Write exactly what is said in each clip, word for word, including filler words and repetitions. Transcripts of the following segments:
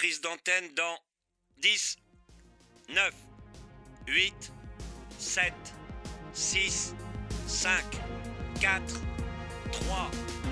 Prise d'antenne dans dix, neuf, huit, sept, six, cinq, quatre, trois.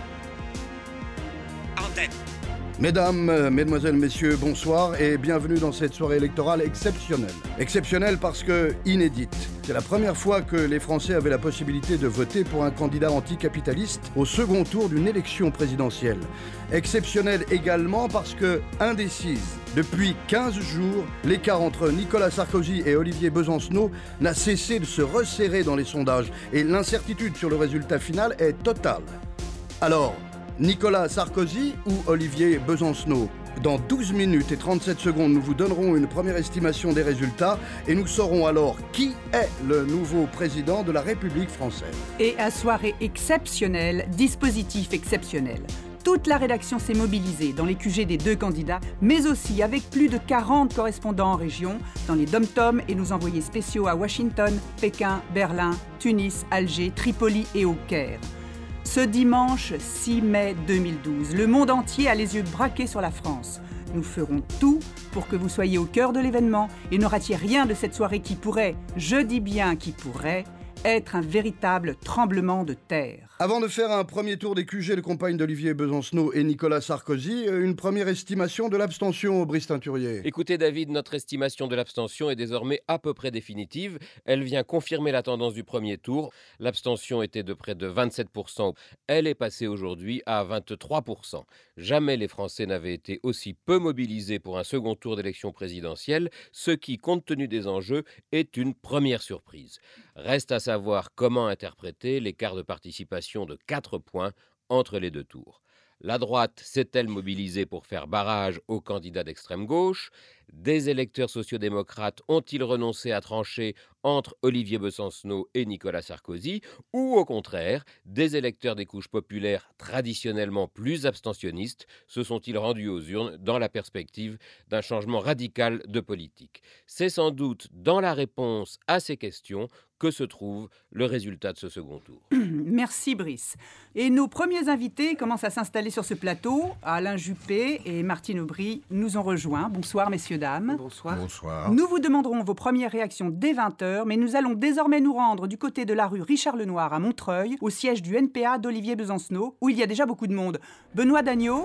Antenne. Mesdames, Mesdemoiselles, Messieurs, bonsoir et bienvenue dans cette soirée électorale exceptionnelle. Exceptionnelle parce que inédite. C'est la première fois que les Français avaient la possibilité de voter pour un candidat anticapitaliste au second tour d'une élection présidentielle. Exceptionnelle également parce que indécise. Depuis quinze jours, l'écart entre Nicolas Sarkozy et Olivier Besancenot n'a cessé de se resserrer dans les sondages et l'incertitude sur le résultat final est totale. Alors, Nicolas Sarkozy ou Olivier Besancenot? Dans douze minutes et trente-sept secondes, nous vous donnerons une première estimation des résultats et nous saurons alors qui est le nouveau président de la République française. Et à soirée exceptionnelle, dispositif exceptionnel. Toute la rédaction s'est mobilisée dans les Q G des deux candidats, mais aussi avec plus de quarante correspondants en région, dans les dom-toms et nos envoyés spéciaux à Washington, Pékin, Berlin, Tunis, Alger, Tripoli et au Caire. Ce dimanche six mai deux mille douze, le monde entier a les yeux braqués sur la France. Nous ferons tout pour que vous soyez au cœur de l'événement et ne ratiez rien de cette soirée qui pourrait, je dis bien qui pourrait, être un véritable tremblement de terre. Avant de faire un premier tour des Q G de campagne d'Olivier Besancenot et Nicolas Sarkozy, une première estimation de l'abstention, Brice Teinturier. Écoutez David, notre estimation de l'abstention est désormais à peu près définitive. Elle vient confirmer la tendance du premier tour. L'abstention était de près de vingt-sept pour cent. Elle est passée aujourd'hui à vingt-trois pour cent. Jamais les Français n'avaient été aussi peu mobilisés pour un second tour d'élection présidentielle, ce qui, compte tenu des enjeux, est une première surprise. Reste à savoir comment interpréter l'écart de participation de quatre points entre les deux tours. La droite s'est-elle mobilisée pour faire barrage aux candidats d'extrême gauche? Des électeurs sociodémocrates ont-ils renoncé à trancher entre Olivier Besancenot et Nicolas Sarkozy? Ou au contraire, des électeurs des couches populaires traditionnellement plus abstentionnistes se sont-ils rendus aux urnes dans la perspective d'un changement radical de politique? C'est sans doute dans la réponse à ces questions que se trouve le résultat de ce second tour. Merci Brice. Et nos premiers invités commencent à s'installer sur ce plateau. Alain Juppé et Martine Aubry nous ont rejoints. Bonsoir messieurs, dames. Bonsoir. Bonsoir. Nous vous demanderons vos premières réactions dès vingt heures, mais nous allons désormais nous rendre du côté de la rue Richard-Lenoir à Montreuil, au siège du N P A d'Olivier Besancenot, où il y a déjà beaucoup de monde. Benoît Dagneau.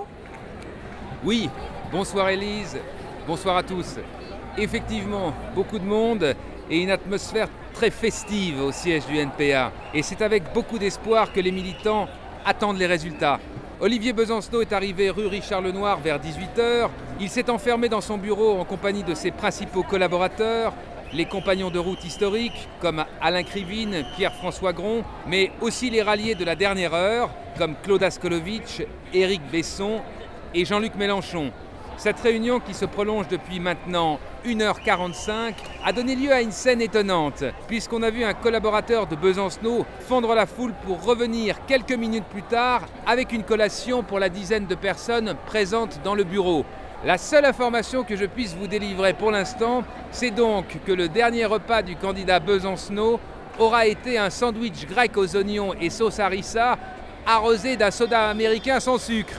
Oui, bonsoir Élise, bonsoir à tous. Effectivement, beaucoup de monde et une atmosphère très festive au siège du N P A. Et c'est avec beaucoup d'espoir que les militants attendent les résultats. Olivier Besancenot est arrivé rue Richard-Lenoir vers dix-huit heures. Il s'est enfermé dans son bureau en compagnie de ses principaux collaborateurs, les compagnons de route historiques comme Alain Krivine, Pierre-François Gron, mais aussi les ralliés de la dernière heure comme Claude Askolovitch, Éric Besson et Jean-Luc Mélenchon. Cette réunion qui se prolonge depuis maintenant une heure quarante-cinq a donné lieu à une scène étonnante, puisqu'on a vu un collaborateur de Besancenot fondre la foule pour revenir quelques minutes plus tard avec une collation pour la dizaine de personnes présentes dans le bureau. La seule information que je puisse vous délivrer pour l'instant, c'est donc que le dernier repas du candidat Besancenot aura été un sandwich grec aux oignons et sauce harissa arrosé d'un soda américain sans sucre.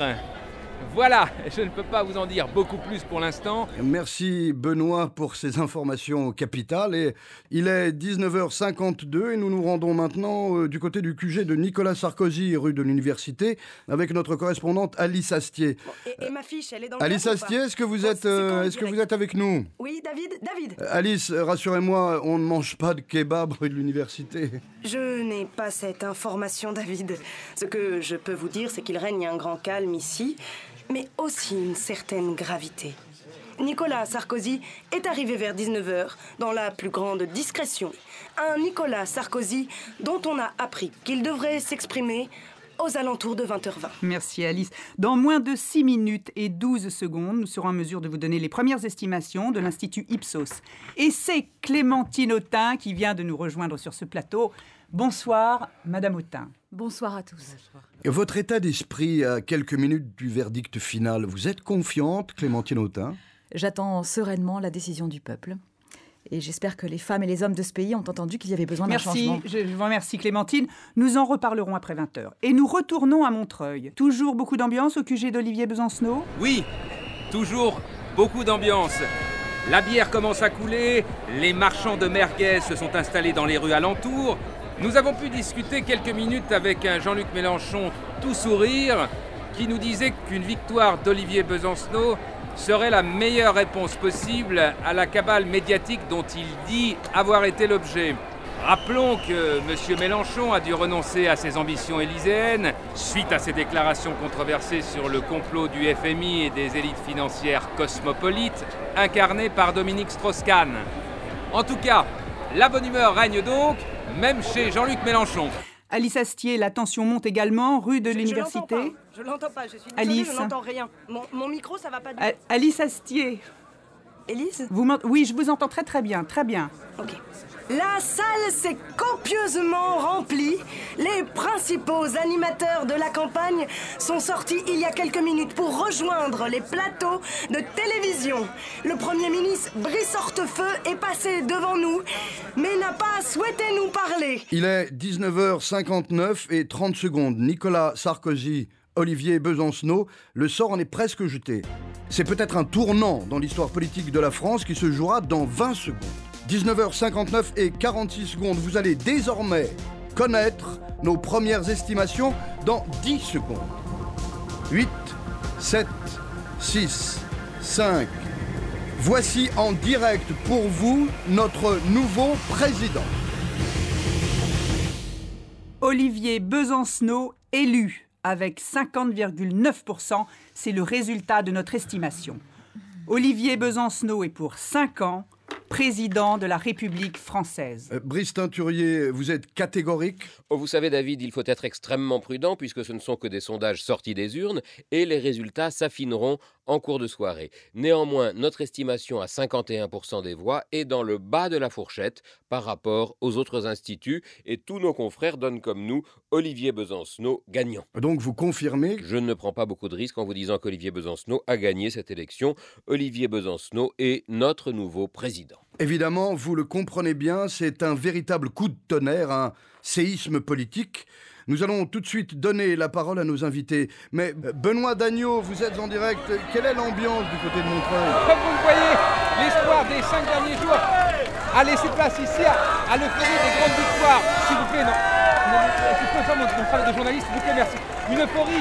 Voilà, je ne peux pas vous en dire beaucoup plus pour l'instant. Merci Benoît pour ces informations capitales. Et il est dix-neuf heures cinquante-deux et nous nous rendons maintenant euh, du côté du Q G de Nicolas Sarkozy, rue de l'Université, avec notre correspondante Alice Astier. Bon, et, et ma fiche, elle est dans le Alice Astier, est-ce que vous êtes, euh, est-ce que vous êtes avec nous? Oui, David, David. euh, Alice, rassurez-moi, on ne mange pas de kebab rue de l'Université. Je n'ai pas cette information, David. Ce que je peux vous dire, c'est qu'il règne un grand calme ici, mais aussi une certaine gravité. Nicolas Sarkozy est arrivé vers dix-neuf heures dans la plus grande discrétion. Un Nicolas Sarkozy dont on a appris qu'il devrait s'exprimer aux alentours de vingt heures vingt. Merci Alice. Dans moins de six minutes et douze secondes, nous serons en mesure de vous donner les premières estimations de l'Institut Ipsos. Et c'est Clémentine Autain qui vient de nous rejoindre sur ce plateau. Bonsoir, Madame Autain. Bonsoir à tous. Bonsoir. Votre état d'esprit à quelques minutes du verdict final, vous êtes confiante, Clémentine Autain? J'attends sereinement la décision du peuple. Et j'espère que les femmes et les hommes de ce pays ont entendu qu'il y avait besoin d'un changement. Merci, je vous remercie Clémentine. Nous en reparlerons après vingt heures. Et nous retournons à Montreuil. Toujours beaucoup d'ambiance au Q G d'Olivier Besancenot? Oui, toujours beaucoup d'ambiance. La bière commence à couler, les marchands de merguez se sont installés dans les rues alentours. Nous avons pu discuter quelques minutes avec un Jean-Luc Mélenchon tout sourire qui nous disait qu'une victoire d'Olivier Besancenot serait la meilleure réponse possible à la cabale médiatique dont il dit avoir été l'objet. Rappelons que M. Mélenchon a dû renoncer à ses ambitions élyséennes suite à ses déclarations controversées sur le complot du F M I et des élites financières cosmopolites incarnées par Dominique Strauss-Kahn. En tout cas, la bonne humeur règne donc, même chez Jean-Luc Mélenchon. Alice Astier, la tension monte également, rue de Je- l'Université. Je l'entends pas, je suis désolée, Alice. je n'entends rien. Mon, mon micro, ça va pas du A- tout. Alice Astier, Élise vous m'ent- oui, je vous entends très très bien, très bien. Ok. La salle s'est copieusement remplie. Les principaux animateurs de la campagne sont sortis il y a quelques minutes pour rejoindre les plateaux de télévision. Le Premier ministre Brice Hortefeux est passé devant nous, mais n'a pas souhaité nous parler. Il est dix-neuf heures cinquante-neuf et trente secondes. Nicolas Sarkozy, Olivier Besancenot, le sort en est presque jeté. C'est peut-être un tournant dans l'histoire politique de la France qui se jouera dans vingt secondes. dix-neuf heures cinquante-neuf et quarante-six secondes. Vous allez désormais connaître nos premières estimations dans dix secondes. huit, sept, six, cinq. Voici en direct pour vous notre nouveau président. Olivier Besancenot élu avec cinquante virgule neuf pour cent, c'est le résultat de notre estimation. Olivier Besancenot est pour cinq ans président de la République française. Euh, Brice Teinturier, vous êtes catégorique? Oh, vous savez, David, il faut être extrêmement prudent puisque ce ne sont que des sondages sortis des urnes et les résultats s'affineront en cours de soirée. Néanmoins, notre estimation à cinquante et un pour cent des voix est dans le bas de la fourchette par rapport aux autres instituts et tous nos confrères donnent comme nous Olivier Besancenot gagnant. Donc vous confirmez? Je ne prends pas beaucoup de risques en vous disant qu'Olivier Besancenot a gagné cette élection. Olivier Besancenot est notre nouveau président. Évidemment, vous le comprenez bien, c'est un véritable coup de tonnerre, un séisme politique. Nous allons tout de suite donner la parole à nos invités. Mais euh, Benoît Dagneau, vous êtes en direct. Quelle est l'ambiance du côté de Montreuil? Comme vous le voyez, l'espoir des cinq derniers jours a laissé place ici à, à l'euphorie des grandes victoires. S'il vous plaît, non. non je peux faire mon, mon travail de journaliste, s'il vous plaît, merci. Une euphorie,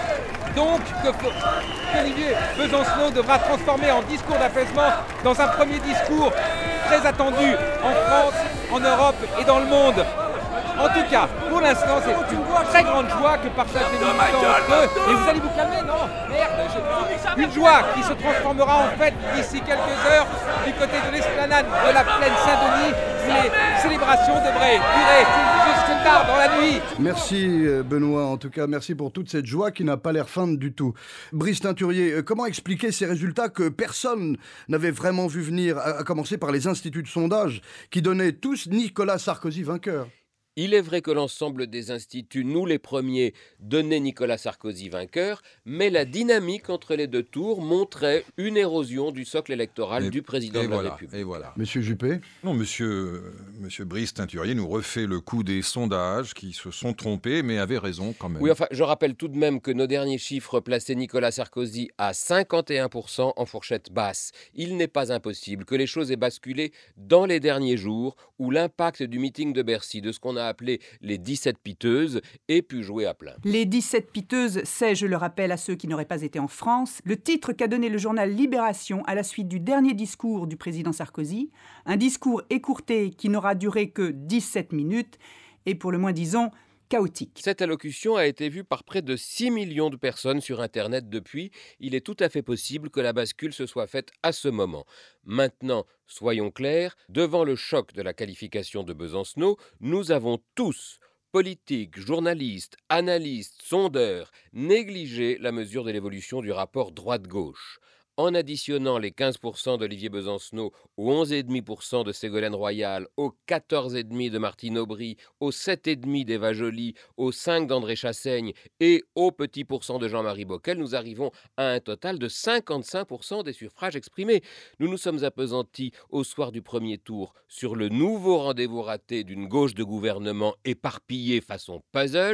donc, que qu'Olivier Besancenot devra transformer en discours d'apaisement dans un premier discours très attendu en France, en Europe et dans le monde. En tout cas, pour l'instant, c'est une très grande joie que partagent les militants entre eux. Et vous allez vous calmer, non? Merde, je... Une joie qui se transformera en fait d'ici quelques heures du côté de l'esplanade de la plaine Saint-Denis, où les célébrations devraient durer jusque tard dans la nuit. Merci Benoît, en tout cas, merci pour toute cette joie qui n'a pas l'air feinte du tout. Brice Teinturier, comment expliquer ces résultats que personne n'avait vraiment vu venir, à commencer par les instituts de sondage qui donnaient tous Nicolas Sarkozy vainqueur? Il est vrai que l'ensemble des instituts, nous les premiers, donnaient Nicolas Sarkozy vainqueur, mais la dynamique entre les deux tours montrait une érosion du socle électoral et, du président et de la voilà, République. Et voilà. Monsieur Juppé? Non, monsieur, monsieur Brice Teinturier nous refait le coup des sondages qui se sont trompés, mais avait raison quand même. Oui, enfin, je rappelle tout de même que nos derniers chiffres plaçaient Nicolas Sarkozy à cinquante et un pour cent en fourchette basse. Il n'est pas impossible que les choses aient basculé dans les derniers jours où l'impact du meeting de Bercy, de ce qu'on a appelé les dix-sept piteuses, ait pu jouer à plein. Les dix-sept piteuses, c'est, je le rappelle à ceux qui n'auraient pas été en France, le titre qu'a donné le journal Libération à la suite du dernier discours du président Sarkozy, un discours écourté qui n'aura duré que dix-sept minutes et pour le moins disons chaotique. Cette allocution a été vue par près de six millions de personnes sur Internet depuis. Il est tout à fait possible que la bascule se soit faite à ce moment. Maintenant, soyons clairs, devant le choc de la qualification de Besancenot, nous avons tous, politiques, journalistes, analystes, sondeurs, négligé la mesure de l'évolution du rapport droite-gauche. En additionnant les quinze pour cent d'Olivier Besancenot aux onze virgule cinq pour cent de Ségolène Royal, aux quatorze virgule cinq pour cent de Martine Aubry, aux sept virgule cinq pour cent d'Eva Joly, aux cinq pour cent d'André Chassaigne et au petit pourcent de Jean-Marie Bockel, nous arrivons à un total de cinquante-cinq pour cent des suffrages exprimés. Nous nous sommes appesantis au soir du premier tour sur le nouveau rendez-vous raté d'une gauche de gouvernement éparpillée façon puzzle,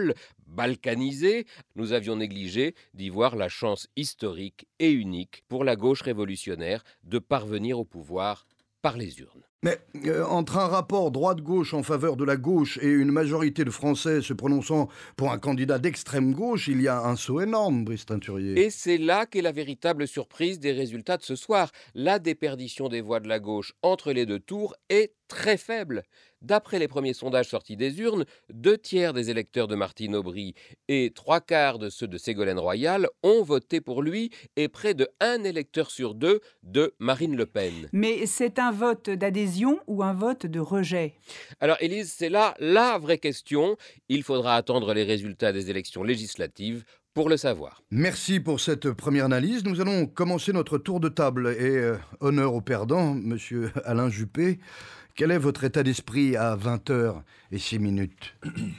balkanisé, nous avions négligé d'y voir la chance historique et unique pour la gauche révolutionnaire de parvenir au pouvoir par les urnes. Mais euh, entre un rapport droite-gauche en faveur de la gauche et une majorité de Français se prononçant pour un candidat d'extrême gauche, il y a un saut énorme, Brice Teinturier. Et c'est là qu'est la véritable surprise des résultats de ce soir. La déperdition des voix de la gauche entre les deux tours est très faible. D'après les premiers sondages sortis des urnes, deux tiers des électeurs de Martine Aubry et trois quarts de ceux de Ségolène Royal ont voté pour lui et près de un électeur sur deux de Marine Le Pen. Mais c'est un vote d'adhésion ou un vote de rejet? Alors Élise, c'est là la vraie question. Il faudra attendre les résultats des élections législatives pour le savoir. Merci pour cette première analyse. Nous allons commencer notre tour de table. Et euh, honneur au perdant, monsieur Alain Juppé. Quel est votre état d'esprit à vingt heures six minutes?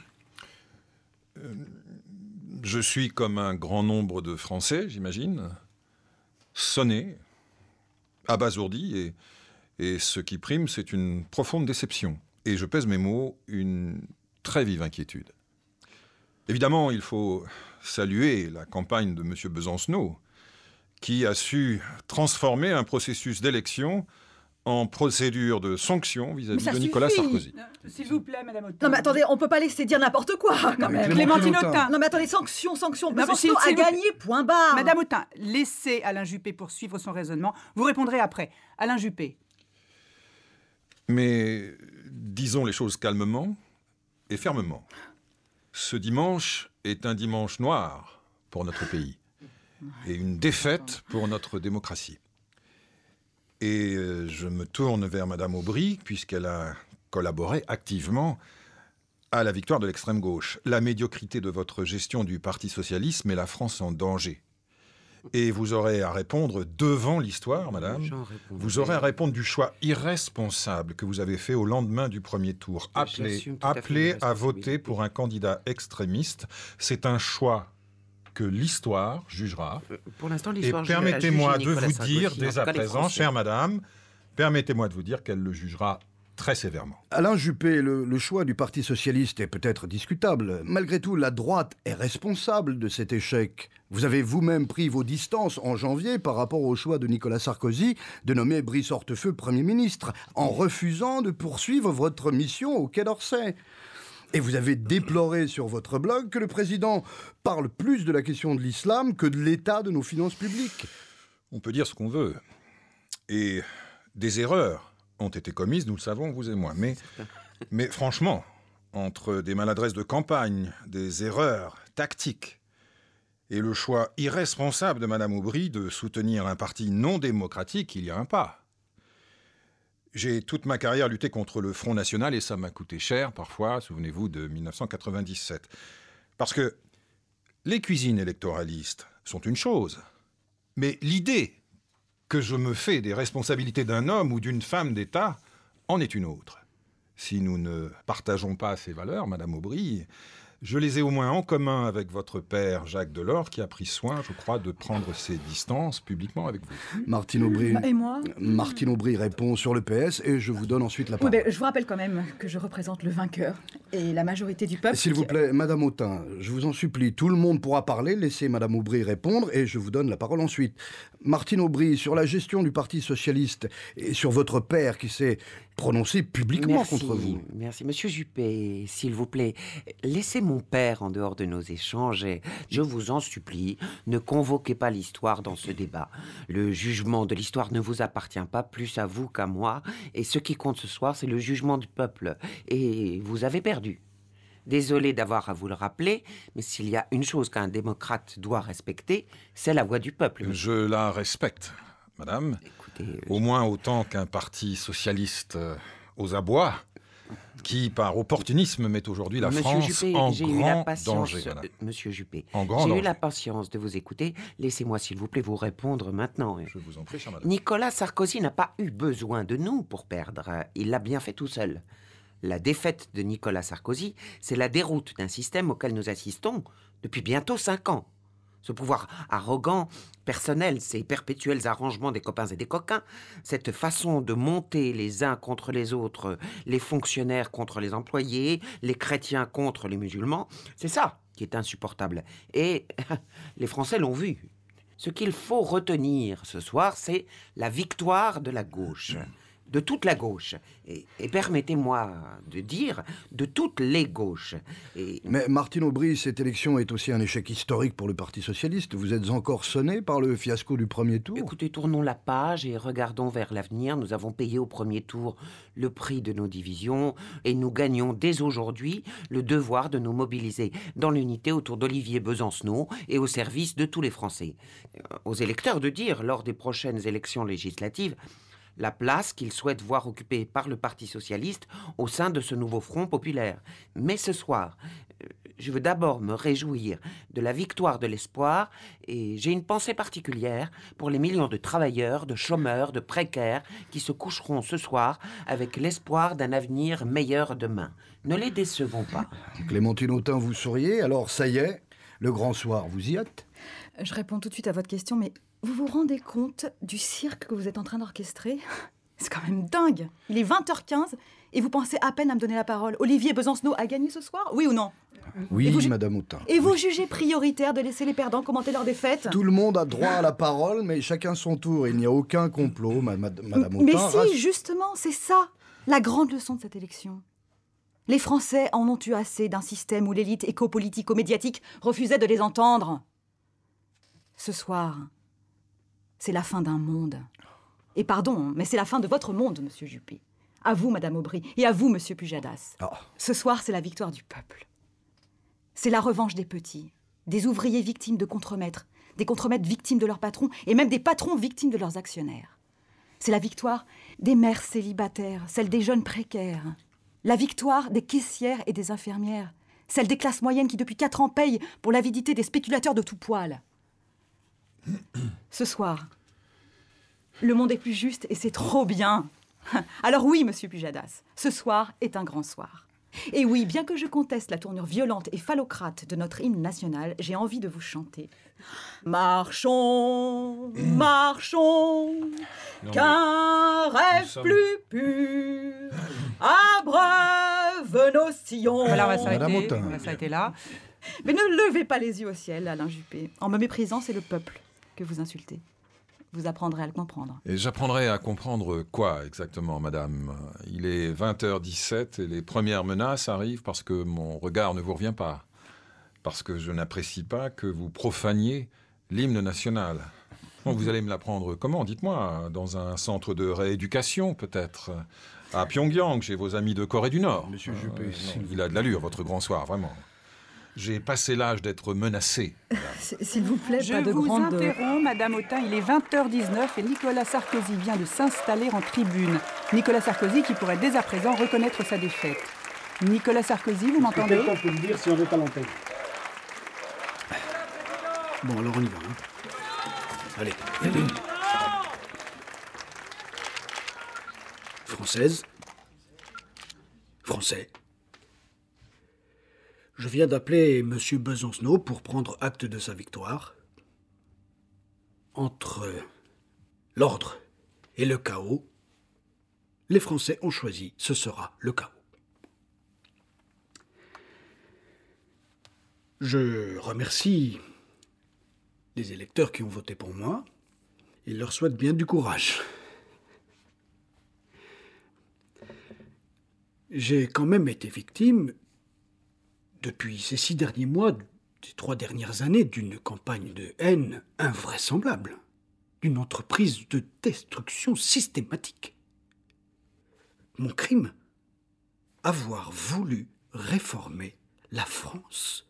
Je suis comme un grand nombre de Français, j'imagine, sonné, abasourdi, et, et ce qui prime, c'est une profonde déception. Et je pèse mes mots, une très vive inquiétude. Évidemment, il faut saluer la campagne de M. Besancenot, qui a su transformer un processus d'élection en procédure de sanction vis-à-vis de Nicolas suffit. Sarkozy. Euh, S'il vous plaît, Madame Autain. Non mais attendez, on peut pas laisser dire n'importe quoi quand mais même. Clémentine Autain. Non mais attendez, sanction, sanction. Non, mais Besancenot s'il- a s'il vous- gagné, point barre. Madame Autain, laissez Alain Juppé poursuivre son raisonnement. Vous répondrez après. Alain Juppé. Mais disons les choses calmement et fermement. Ce dimanche est un dimanche noir pour notre pays et une défaite pour notre démocratie. Et euh, je me tourne vers Madame Aubry, puisqu'elle a collaboré activement à la victoire de l'extrême gauche. La médiocrité de votre gestion du Parti socialiste met la France en danger. Et vous aurez à répondre devant l'histoire, Madame. Vous aurez à répondre du choix irresponsable que vous avez fait au lendemain du premier tour. Appelez, appelez à voter pour un candidat extrémiste. C'est un choix que l'histoire jugera. Pour l'instant, Et l'histoire permettez-moi juge de Nicolas vous Sarkozy, dire en dès tout à cas les présent, Français. chère Madame, permettez-moi de vous dire qu'elle le jugera très sévèrement. Alain Juppé, le, le choix du Parti socialiste est peut-être discutable. Malgré tout, la droite est responsable de cet échec. Vous avez vous-même pris vos distances en janvier par rapport au choix de Nicolas Sarkozy de nommer Brice Hortefeux Premier ministre, en refusant de poursuivre votre mission au Quai d'Orsay. Et vous avez déploré sur votre blog que le président parle plus de la question de l'islam que de l'état de nos finances publiques. On peut dire ce qu'on veut. Et des erreurs ont été commises, nous le savons, vous et moi. Mais, mais franchement, entre des maladresses de campagne, des erreurs tactiques et le choix irresponsable de Madame Aubry de soutenir un parti non démocratique, il y a un pas. J'ai toute ma carrière lutté contre le Front National et ça m'a coûté cher parfois, souvenez-vous de mille neuf cent quatre-vingt-dix-sept. Parce que les cuisines électoralistes sont une chose, mais l'idée que je me fais des responsabilités d'un homme ou d'une femme d'État en est une autre. Si nous ne partageons pas ces valeurs, Madame Aubry, je les ai au moins en commun avec votre père, Jacques Delors, qui a pris soin, je crois, de prendre ses distances publiquement avec vous. Martine Aubry, Et moi Martine Aubry répond sur le P S et je vous donne ensuite la Oui, parole. mais je vous rappelle quand même que je représente le vainqueur et la majorité du peuple. S'il vous qui- plaît, Madame Autain, je vous en supplie, tout le monde pourra parler, laissez Madame Aubry répondre et je vous donne la parole ensuite. Martine Aubry, sur la gestion du Parti socialiste et sur votre père qui s'est prononcé publiquement Merci, contre vous. Merci. Monsieur Juppé, s'il vous plaît, laissez mon père en dehors de nos échanges et je vous en supplie, ne convoquez pas l'histoire dans ce débat. Le jugement de l'histoire ne vous appartient pas plus à vous qu'à moi et ce qui compte ce soir, c'est le jugement du peuple. Et vous avez perdu. Désolé d'avoir à vous le rappeler, mais s'il y a une chose qu'un démocrate doit respecter, c'est la voix du peuple. Je la respecte, Madame, Écoutez, au moins autant qu'un parti socialiste euh, aux abois, qui, par opportunisme, met aujourd'hui la Monsieur France Juppé, en j'ai eu la grand patience, danger. Madame. euh, Monsieur Juppé, En grand j'ai eu danger. la patience de vous écouter. Laissez-moi, s'il vous plaît, vous répondre maintenant. Je vous en prie, chère Madame. Nicolas Sarkozy n'a pas eu besoin de nous pour perdre. Il l'a bien fait tout seul. La défaite de Nicolas Sarkozy, c'est la déroute d'un système auquel nous assistons depuis bientôt cinq ans. Ce pouvoir arrogant, personnel, ces perpétuels arrangements des copains et des coquins, cette façon de monter les uns contre les autres, les fonctionnaires contre les employés, les chrétiens contre les musulmans, c'est ça, qui est insupportable. Et les Français l'ont vu. Ce qu'il faut retenir ce soir, c'est la victoire de la gauche. De toute la gauche. Et, et permettez-moi de dire, de toutes les gauches. Et... Mais Martine Aubry, cette élection est aussi un échec historique pour le Parti socialiste. Vous êtes encore sonné par le fiasco du premier tour ? Écoutez, tournons la page et regardons vers l'avenir. Nous avons payé au premier tour le prix de nos divisions et nous gagnons dès aujourd'hui le devoir de nous mobiliser dans l'unité autour d'Olivier Besancenot et au service de tous les Français. Aux électeurs de dire, lors des prochaines élections législatives, la place qu'ils souhaitent voir occupée par le Parti socialiste au sein de ce nouveau front populaire. Mais ce soir, je veux d'abord me réjouir de la victoire de l'espoir et j'ai une pensée particulière pour les millions de travailleurs, de chômeurs, de précaires qui se coucheront ce soir avec l'espoir d'un avenir meilleur demain. Ne les décevons pas. Clémentine Autain, vous souriez, alors ça y est, le grand soir, vous y êtes ? Je réponds tout de suite à votre question, mais vous vous rendez compte du cirque que vous êtes en train d'orchestrer ? C'est quand même dingue. Il est vingt heures quinze et vous pensez à peine à me donner la parole. Olivier Besancenot a gagné ce soir ? Oui ou non ? Oui, ju- Madame Autain. Et vous jugez prioritaire de laisser les perdants commenter leur défaite ? Tout le monde a droit à la parole, mais chacun son tour. Il n'y a aucun complot, ma- ma- Madame Autain. Mais si, rass- justement, c'est ça, la grande leçon de cette élection. Les Français en ont eu assez d'un système où l'élite éco-politico-médiatique refusait de les entendre. Ce soir, c'est la fin d'un monde. Et pardon, mais c'est la fin de votre monde, Monsieur Juppé. À vous, Madame Aubry, et à vous, Monsieur Pujadas. Oh. Ce soir, c'est la victoire du peuple. C'est la revanche des petits, des ouvriers victimes de contremaîtres, des contremaîtres victimes de leurs patrons, et même des patrons victimes de leurs actionnaires. C'est la victoire des mères célibataires, celle des jeunes précaires. La victoire des caissières et des infirmières, celle des classes moyennes qui, depuis quatre ans, payent pour l'avidité des spéculateurs de tout poil. Ce soir, le monde est plus juste et c'est trop bien. Alors oui, Monsieur Pujadas, ce soir est un grand soir. Et oui, bien que je conteste la tournure violente et phallocrate de notre hymne national, j'ai envie de vous chanter. Marchons, marchons, Non, qu'un rêve sommes- plus pur abreuve nos sillons. Voilà, on va Madame s'arrêter, Autain. on va s'arrêter là. Mais ne levez pas les yeux au ciel, Alain Juppé. En me méprisant, c'est le peuple que vous insultez. Vous apprendrez à le comprendre. Et j'apprendrai à comprendre quoi exactement, madame ? Il est vingt heures dix-sept et les premières menaces arrivent parce que mon regard ne vous revient pas. Parce que je n'apprécie pas que vous profaniez l'hymne national. Bon, vous allez me l'apprendre comment ? Dites-moi, dans un centre de rééducation peut-être ? À Pyongyang, chez vos amis de Corée du Nord. Monsieur Juppé, Euh, s'il non, vous il a de l'allure, votre grand soir, vraiment. J'ai passé l'âge d'être menacé. S'il vous plaît, Je pas de vous grande... interromps, Madame Autain, il est vingt heures dix-neuf et Nicolas Sarkozy vient de s'installer en tribune. Nicolas Sarkozy qui pourrait dès à présent reconnaître sa défaite. Nicolas Sarkozy, vous m'entendez ? Peut-être on peut le dire si on est à l'antenne. Bon, alors on y va. Hein. Allez. Française. Français. Je viens d'appeler Monsieur Besancenot pour prendre acte de sa victoire. Entre l'ordre et le chaos, les Français ont choisi, ce sera le chaos. Je remercie les électeurs qui ont voté pour moi et leur souhaite bien du courage. J'ai quand même été victime, depuis ces six derniers mois, ces trois dernières années, d'une campagne de haine invraisemblable, d'une entreprise de destruction systématique. Mon crime, avoir voulu réformer la France.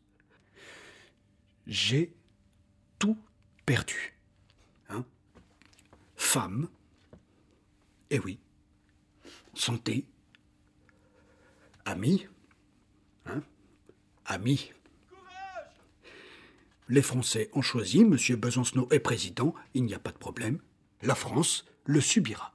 J'ai tout perdu. Hein? Femme, eh oui, santé, amis, hein? Amis. Les Français ont choisi, M. Besancenot est président, il n'y a pas de problème. La France le subira.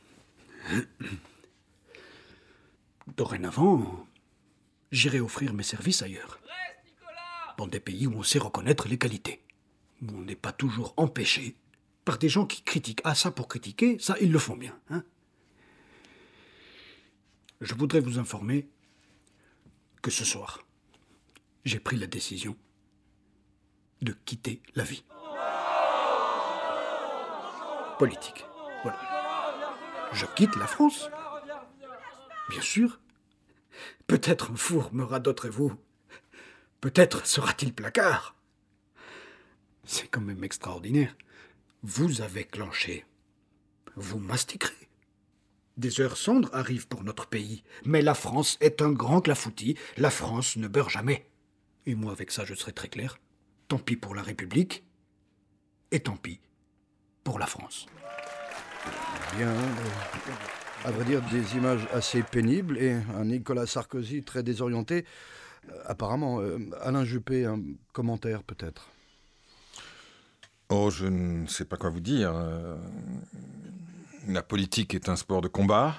Dorénavant, j'irai offrir mes services ailleurs. Dans des pays où on sait reconnaître les qualités. Où on n'est pas toujours empêché par des gens qui critiquent. Ah, ça pour critiquer, ça, ils le font bien. Hein? Je voudrais vous informer que ce soir, j'ai pris la décision de quitter la vie politique. Voilà. Je quitte la France. Bien sûr. Peut-être un four me radoterez-vous. Peut-être sera-t-il placard. C'est quand même extraordinaire. Vous avez clenché. Vous mastiquerez. Des heures sombres arrivent pour notre pays. Mais la France est un grand clafoutis. La France ne beurre jamais. Et moi, avec ça, je serai très clair. Tant pis pour la République. Et tant pis pour la France. Bien, euh, à vrai dire, des images assez pénibles et un Nicolas Sarkozy très désorienté. Euh, apparemment, euh, Alain Juppé, un commentaire peut-être. Oh, je ne sais pas quoi vous dire. Euh, la politique est un sport de combat.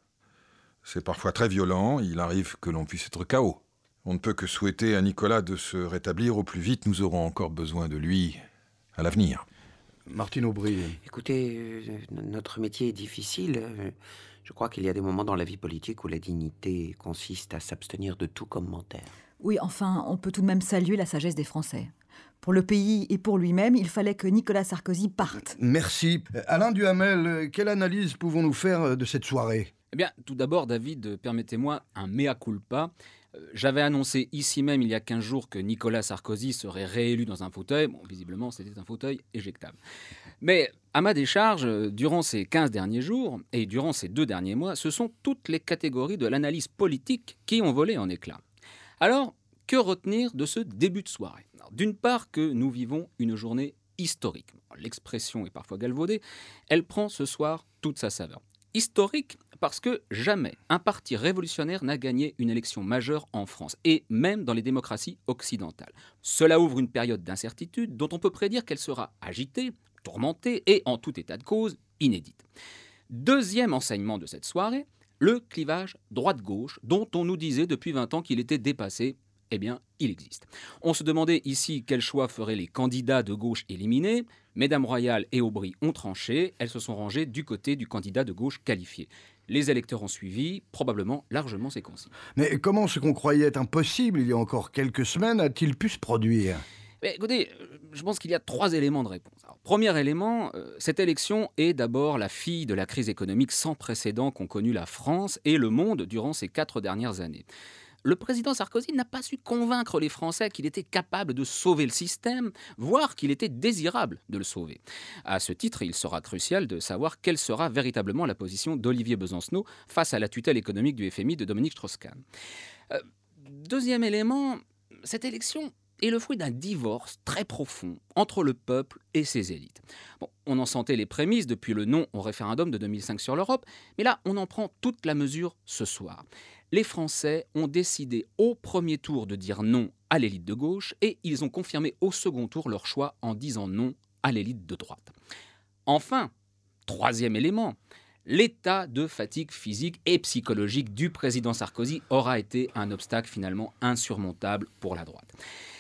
C'est parfois très violent. Il arrive que l'on puisse être K O. On ne peut que souhaiter à Nicolas de se rétablir au plus vite. Nous aurons encore besoin de lui à l'avenir. Martine Aubry. Écoutez, euh, notre métier est difficile. Euh, je crois qu'il y a des moments dans la vie politique où la dignité consiste à s'abstenir de tout commentaire. Oui, enfin, on peut tout de même saluer la sagesse des Français. Pour le pays et pour lui-même, il fallait que Nicolas Sarkozy parte. Merci. Alain Duhamel, quelle analyse pouvons-nous faire de cette soirée ? Eh bien, tout d'abord, David, permettez-moi un mea culpa. J'avais annoncé ici même il y a quinze jours que Nicolas Sarkozy serait réélu dans un fauteuil. Bon, visiblement, c'était un fauteuil éjectable. Mais à ma décharge, durant ces quinze derniers jours et durant ces deux derniers mois, ce sont toutes les catégories de l'analyse politique qui ont volé en éclats. Alors, que retenir de ce début de soirée ? Alors, d'une part, que nous vivons une journée historique. L'expression est parfois galvaudée. Elle prend ce soir toute sa saveur. Historique parce que jamais un parti révolutionnaire n'a gagné une élection majeure en France, et même dans les démocraties occidentales. Cela ouvre une période d'incertitude dont on peut prédire qu'elle sera agitée, tourmentée et, en tout état de cause, inédite. Deuxième enseignement de cette soirée, le clivage droite-gauche dont on nous disait depuis vingt ans qu'il était dépassé. Eh bien, il existe. On se demandait ici quel choix feraient les candidats de gauche éliminés. Mesdames Royal et Aubry ont tranché. Elles se sont rangées du côté du candidat de gauche qualifié. Les électeurs ont suivi, probablement largement ces consignes. Mais comment ce qu'on croyait impossible il y a encore quelques semaines a-t-il pu se produire ? Mais écoutez, je pense qu'il y a trois éléments de réponse. Alors, premier élément, euh, cette élection est d'abord la fille de la crise économique sans précédent qu'ont connue la France et le monde durant ces quatre dernières années. Le président Sarkozy n'a pas su convaincre les Français qu'il était capable de sauver le système, voire qu'il était désirable de le sauver. À ce titre, il sera crucial de savoir quelle sera véritablement la position d'Olivier Besancenot face à la tutelle économique du F M I de Dominique Strauss-Kahn. Euh, deuxième élément, cette élection est le fruit d'un divorce très profond entre le peuple et ses élites. Bon, on en sentait les prémices depuis le non au référendum de deux mille cinq sur l'Europe, mais là, on en prend toute la mesure ce soir. Les Français ont décidé au premier tour de dire non à l'élite de gauche et ils ont confirmé au second tour leur choix en disant non à l'élite de droite. Enfin, troisième élément, l'état de fatigue physique et psychologique du président Sarkozy aura été un obstacle finalement insurmontable pour la droite.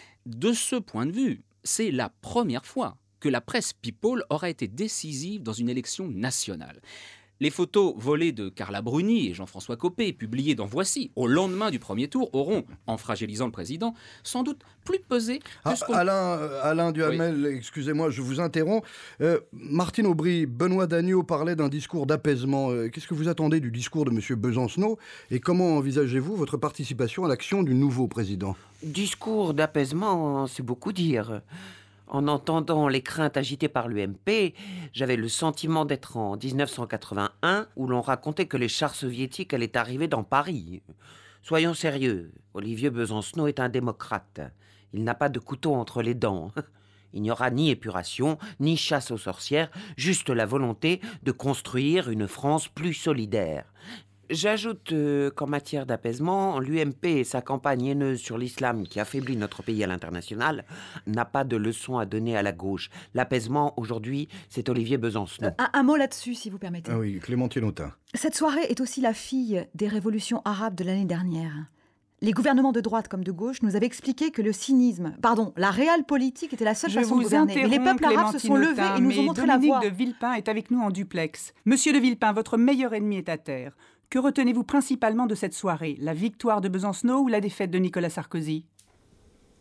De ce point de vue, c'est la première fois que la presse people aura été décisive dans une élection nationale. Les photos volées de Carla Bruni et Jean-François Copé, publiées dans Voici, au lendemain du premier tour, auront, en fragilisant le président, sans doute plus pesé que ah, ce qu'on... Alain, euh, Alain Duhamel, oui. Excusez-moi, je vous interromps. Euh, Martine Aubry, Benoît Dagneau parlait d'un discours d'apaisement. Euh, qu'est-ce que vous attendez du discours de M. Besancenot et comment envisagez-vous votre participation à l'action du nouveau président ? Discours d'apaisement, c'est beaucoup dire. En entendant les craintes agitées par l'U M P, j'avais le sentiment d'être en dix-neuf cent quatre-vingt-un, où l'on racontait que les chars soviétiques allaient arriver dans Paris. Soyons sérieux, Olivier Besancenot est un démocrate. Il n'a pas de couteau entre les dents. Il n'y aura ni épuration, ni chasse aux sorcières, juste la volonté de construire une France plus solidaire. J'ajoute euh, qu'en matière d'apaisement, l'U M P et sa campagne haineuse sur l'islam qui affaiblit notre pays à l'international n'a pas de leçon à donner à la gauche. L'apaisement, aujourd'hui, c'est Olivier Besancenot. Euh, un, un mot là-dessus, si vous permettez. Ah oui, Clémentine Autain. Cette soirée est aussi la fille des révolutions arabes de l'année dernière. Les gouvernements de droite comme de gauche nous avaient expliqué que le cynisme, pardon, la réelle politique était la seule Je façon de gouverner. Mais les peuples arabes se sont levés et nous ont montré la voie. Dominique de Villepin est avec nous en duplex. Monsieur de Villepin, votre meilleur ennemi est à terre. Que retenez-vous principalement de cette soirée ? La victoire de Besancenot ou la défaite de Nicolas Sarkozy ?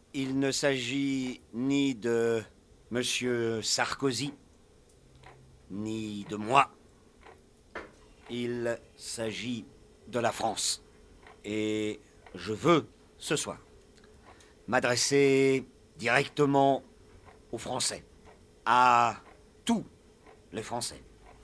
il ne s'agit ni de Monsieur Sarkozy, ni de moi. Il s'agit de la France. Et je veux, ce soir, m'adresser directement aux Français, à tous les Français.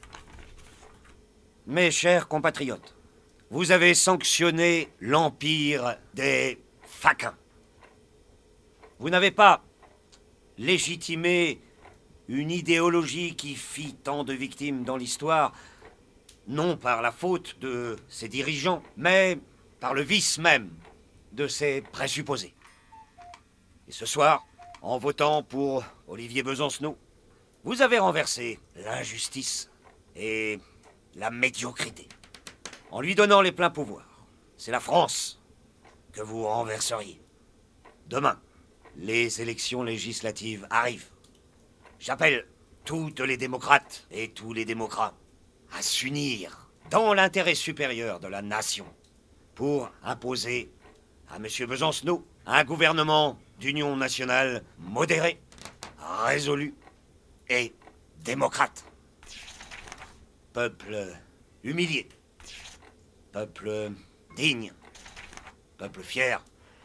Mes chers compatriotes, vous avez sanctionné l'empire des faquins. Vous n'avez pas légitimé une idéologie qui fit tant de victimes dans l'histoire, non par la faute de ses dirigeants, mais par le vice même de ses présupposés. Et ce soir, en votant pour Olivier Besancenot, vous avez renversé l'injustice et la médiocrité. En lui donnant les pleins pouvoirs, c'est la France que vous renverseriez. Demain, les élections législatives arrivent. J'appelle toutes les démocrates et tous les démocrates à s'unir dans l'intérêt supérieur de la nation pour imposer à M. Besancenot un gouvernement d'union nationale modéré, résolu et démocrate. Peuple humilié, peuple digne, peuple fier.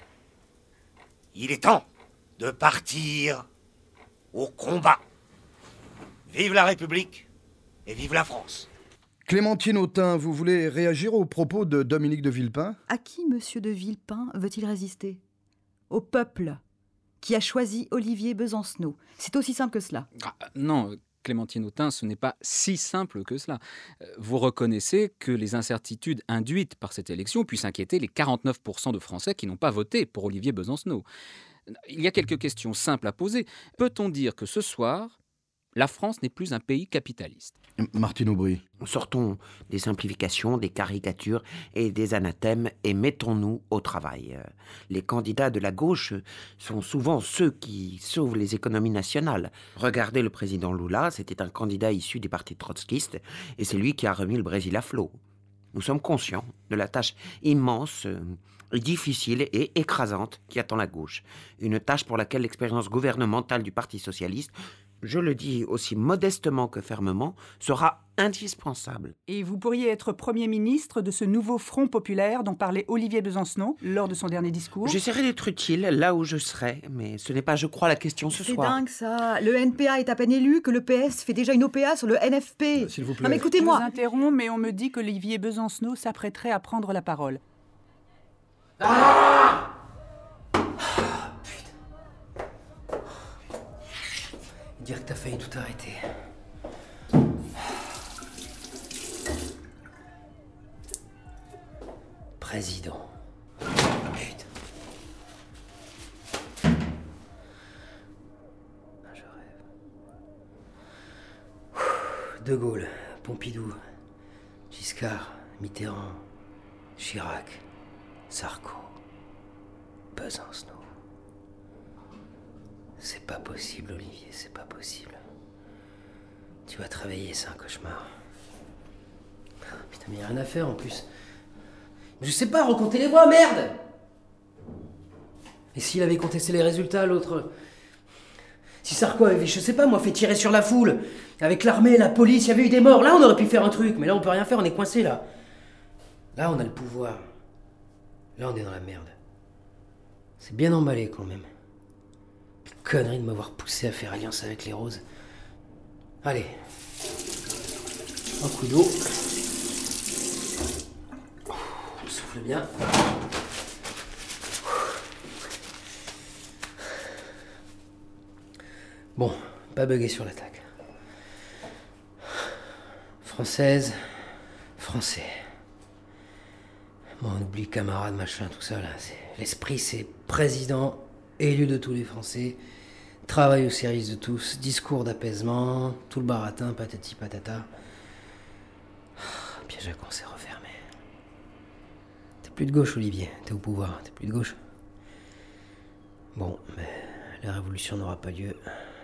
Il est temps de partir au combat. Vive la République et vive la France. Clémentine Autain, vous voulez réagir aux propos de Dominique de Villepin ? À qui Monsieur de Villepin veut-il résister ? Au peuple qui a choisi Olivier Besancenot. C'est aussi simple que cela. Ah, non, Clémentine Autain, ce n'est pas si simple que cela. Vous reconnaissez que les incertitudes induites par cette élection puissent inquiéter les quarante-neuf pour cent de Français qui n'ont pas voté pour Olivier Besancenot. Il y a quelques questions simples à poser. Peut-on dire que ce soir, la France n'est plus un pays capitaliste ? Martine Aubry. Sortons des simplifications, des caricatures et des anathèmes et mettons-nous au travail. Les candidats de la gauche sont souvent ceux qui sauvent les économies nationales. Regardez le président Lula, c'était un candidat issu des partis trotskistes et c'est lui qui a remis le Brésil à flot. Nous sommes conscients de la tâche immense, difficile et écrasante qui attend la gauche. Une tâche pour laquelle l'expérience gouvernementale du Parti socialiste, je le dis aussi modestement que fermement, sera indispensable. Et vous pourriez être Premier ministre de ce nouveau Front populaire dont parlait Olivier Besancenot lors de son dernier discours ? J'essaierai d'être utile là où je serai, mais ce n'est pas, je crois, la question ce C'est soir. dingue ça. Le N P A est à peine élu que le P S fait déjà une O P A sur le N F P. S'il vous plaît. Non mais écoutez-moi. Je vous interromps, mais on me dit qu'Olivier Besancenot s'apprêterait à prendre la parole. Ah Dire que t'as failli tout arrêter. Président. Putain. Je rêve. De Gaulle, Pompidou, Giscard, Mitterrand, Chirac, Sarko, Besancenot. C'est pas possible, Olivier, c'est pas possible. Tu vas te réveiller, c'est un cauchemar. Putain, mais y a rien à faire en plus. Je sais pas, recompter les voix, merde! Et s'il avait contesté les résultats, l'autre. Si Sarko avait, je sais pas moi, fait tirer sur la foule, avec l'armée, la police, il y avait eu des morts, là on aurait pu faire un truc, mais là on peut rien faire, on est coincé là. Là on a le pouvoir. Là on est dans la merde. C'est bien emballé quand même. Connerie de m'avoir poussé à faire alliance avec les roses. Allez. Un coup d'eau. Souffle bien. Bon, pas bugger sur l'attaque. Française, français. Bon, on oublie camarade, machin, tout ça là. C'est... L'esprit, c'est président, élu de tous les Français, travail au service de tous, discours d'apaisement, tout le baratin, patati patata. Piège à con, c'est refermé. T'es plus de gauche, Olivier, t'es au pouvoir, t'es plus de gauche. Bon, mais la révolution n'aura pas lieu.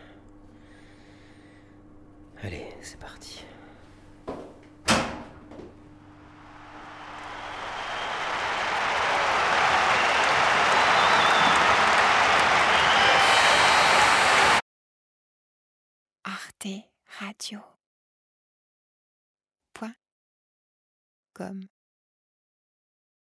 Allez, c'est parti. com.